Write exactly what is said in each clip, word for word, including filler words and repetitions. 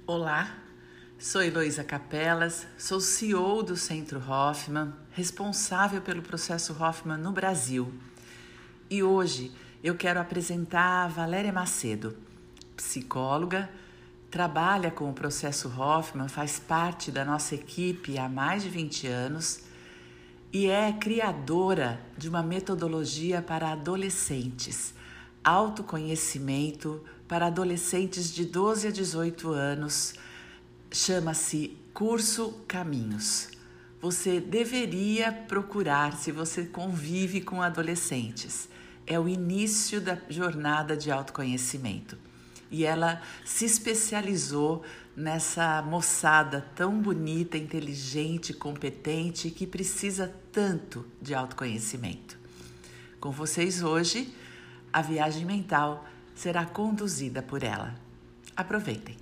Olá, sou Heloísa Capelas, sou C E O do Centro Hoffman, responsável pelo processo Hoffman no Brasil. E hoje eu quero apresentar a Valéria Macedo, psicóloga, trabalha com o processo Hoffman, faz parte da nossa equipe há mais de vinte anos e é criadora de uma metodologia para adolescentes, autoconhecimento para adolescentes de doze a dezoito anos, chama-se Curso Caminhos. Você deveria procurar se você convive com adolescentes. É o início da jornada de autoconhecimento. E ela se especializou nessa moçada tão bonita, inteligente, competente que precisa tanto de autoconhecimento. Com vocês hoje, a viagem mental será conduzida por ela. Aproveitem!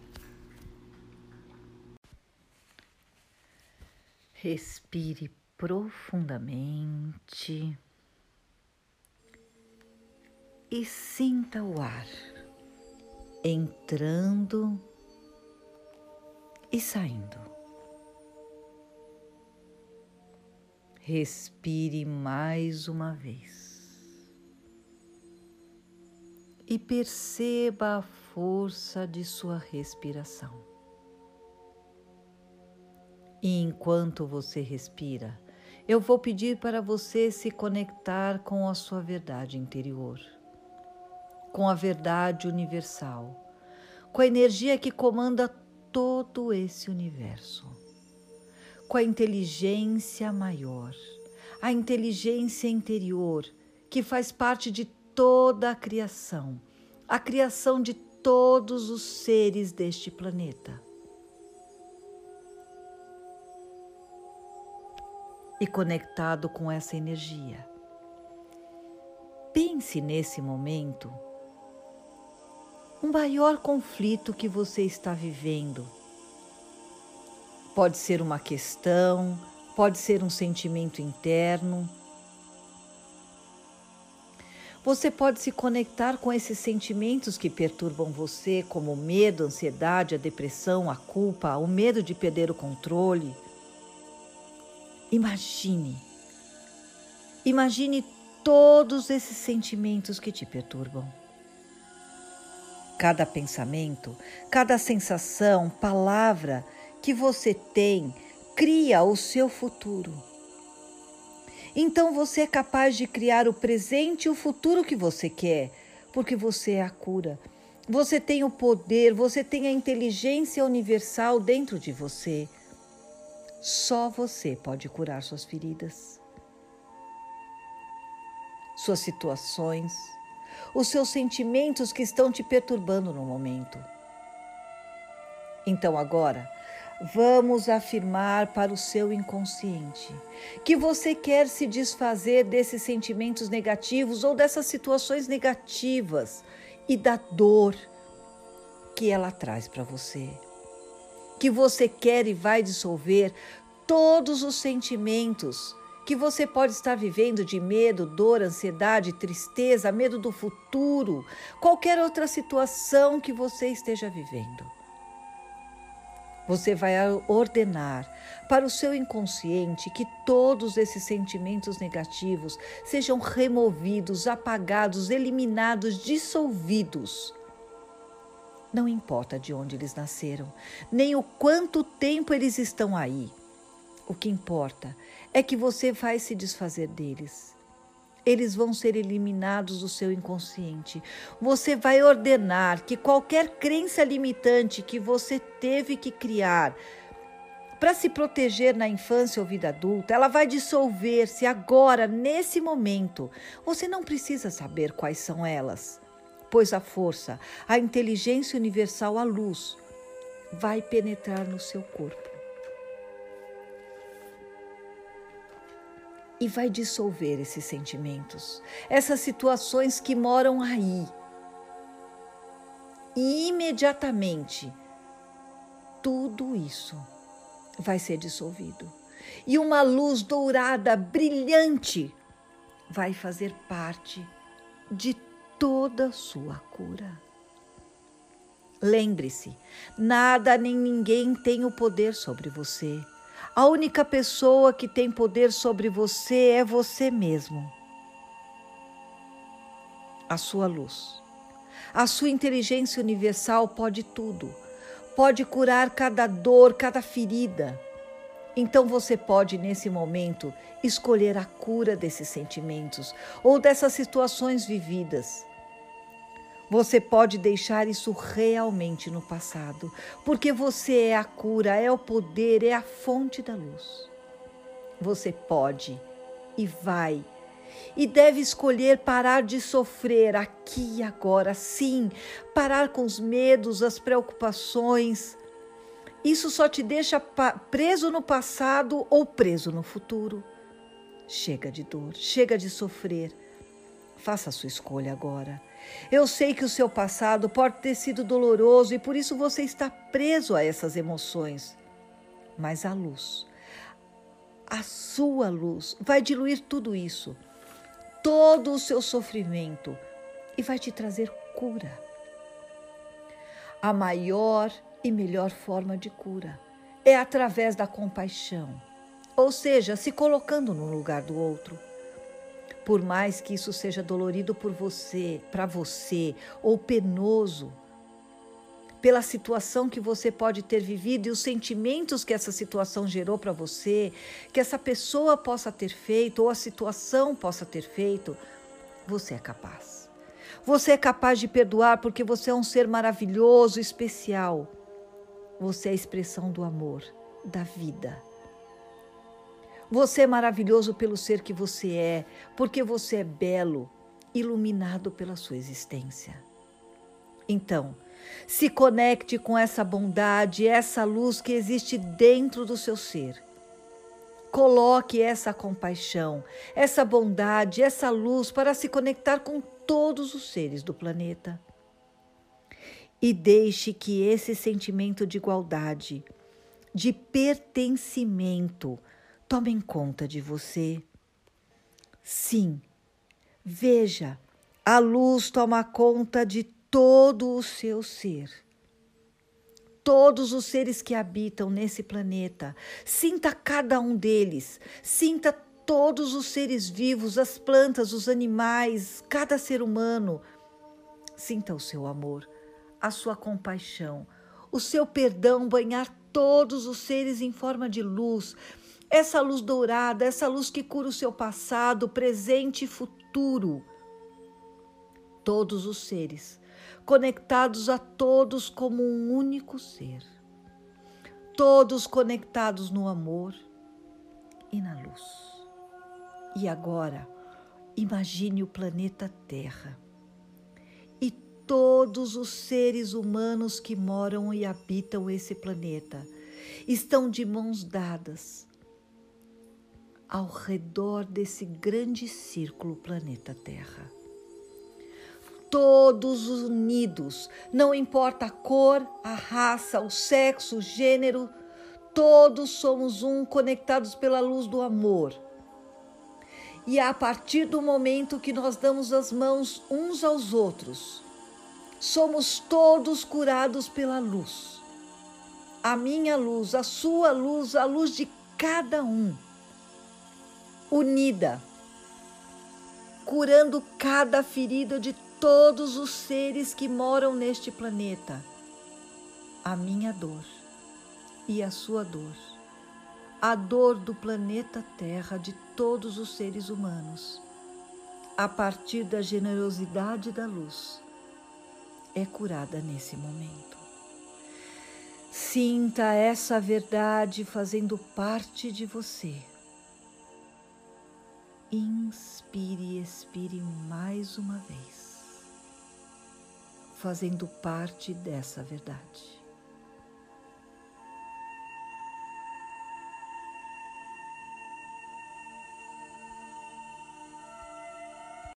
Respire profundamente e sinta o ar entrando e saindo. Respire mais uma vez e perceba a força de sua respiração. E enquanto você respira, eu vou pedir para você se conectar com a sua verdade interior, com a verdade universal, com a energia que comanda todo esse universo, com a inteligência maior, a inteligência interior que faz parte de toda a criação, a criação de todos os seres deste planeta. E conectado com essa energia, pense nesse momento um maior conflito que você está vivendo. Pode ser uma questão, pode ser um sentimento interno. Você pode se conectar com esses sentimentos que perturbam você, como o medo, a ansiedade, a depressão, a culpa, o medo de perder o controle. Imagine, imagine todos esses sentimentos que te perturbam. Cada pensamento, cada sensação, palavra que você tem, cria o seu futuro. Então você é capaz de criar o presente e o futuro que você quer, porque você é a cura. Você tem o poder, você tem a inteligência universal dentro de você. Só você pode curar suas feridas, suas situações, os seus sentimentos que estão te perturbando no momento. Então agora, vamos afirmar para o seu inconsciente que você quer se desfazer desses sentimentos negativos ou dessas situações negativas e da dor que ela traz para você. Que você quer e vai dissolver todos os sentimentos que você pode estar vivendo de medo, dor, ansiedade, tristeza, medo do futuro, qualquer outra situação que você esteja vivendo. Você vai ordenar para o seu inconsciente que todos esses sentimentos negativos sejam removidos, apagados, eliminados, dissolvidos. Não importa de onde eles nasceram, nem o quanto tempo eles estão aí. O que importa é que você vai se desfazer deles. Eles vão ser eliminados do seu inconsciente. Você vai ordenar que qualquer crença limitante que você teve que criar para se proteger na infância ou vida adulta, ela vai dissolver-se agora, nesse momento. Você não precisa saber quais são elas, pois a força, a inteligência universal, a luz, vai penetrar no seu corpo. E vai dissolver esses sentimentos, essas situações que moram aí. E imediatamente, tudo isso vai ser dissolvido. E uma luz dourada, brilhante, vai fazer parte de toda a sua cura. Lembre-se, nada nem ninguém tem o poder sobre você. A única pessoa que tem poder sobre você é você mesmo. A sua luz. A sua inteligência universal pode tudo. Pode curar cada dor, cada ferida. Então você pode, nesse momento, escolher a cura desses sentimentos ou dessas situações vividas. Você pode deixar isso realmente no passado, porque você é a cura, é o poder, é a fonte da luz. Você pode e vai e deve escolher parar de sofrer aqui e agora, sim, parar com os medos, as preocupações. Isso só te deixa preso no passado ou preso no futuro. Chega de dor, chega de sofrer. Faça a sua escolha agora. Eu sei que o seu passado pode ter sido doloroso e por isso você está preso a essas emoções. Mas a luz, a sua luz, vai diluir tudo isso, todo o seu sofrimento e vai te trazer cura. A maior e melhor forma de cura é através da compaixão, ou seja, se colocando no lugar do outro. Por mais que isso seja dolorido por você, para você, ou penoso, pela situação que você pode ter vivido e os sentimentos que essa situação gerou para você, que essa pessoa possa ter feito ou a situação possa ter feito, você é capaz. Você é capaz de perdoar porque você é um ser maravilhoso, especial. Você é a expressão do amor, da vida. Você é maravilhoso pelo ser que você é, porque você é belo, iluminado pela sua existência. Então, se conecte com essa bondade, essa luz que existe dentro do seu ser. Coloque essa compaixão, essa bondade, essa luz para se conectar com todos os seres do planeta. E deixe que esse sentimento de igualdade, de pertencimento, tomem conta de você. Sim, veja, a luz toma conta de todo o seu ser. Todos os seres que habitam nesse planeta, sinta cada um deles, sinta todos os seres vivos, as plantas, os animais, cada ser humano. Sinta o seu amor, a sua compaixão, o seu perdão banhar todos os seres em forma de luz, essa luz dourada, essa luz que cura o seu passado, presente e futuro. Todos os seres, conectados a todos como um único ser. Todos conectados no amor e na luz. E agora, imagine o planeta Terra e todos os seres humanos que moram e habitam esse planeta estão de mãos dadas ao redor desse grande círculo planeta Terra. Todos unidos, não importa a cor, a raça, o sexo, o gênero, todos somos um, conectados pela luz do amor. E a partir do momento que nós damos as mãos uns aos outros, somos todos curados pela luz. A minha luz, a sua luz, a luz de cada um. Unida, curando cada ferida de todos os seres que moram neste planeta. A minha dor e a sua dor, a dor do planeta Terra, de todos os seres humanos, a partir da generosidade da luz, é curada nesse momento. Sinta essa verdade fazendo parte de você. Inspire e expire mais uma vez, fazendo parte dessa verdade.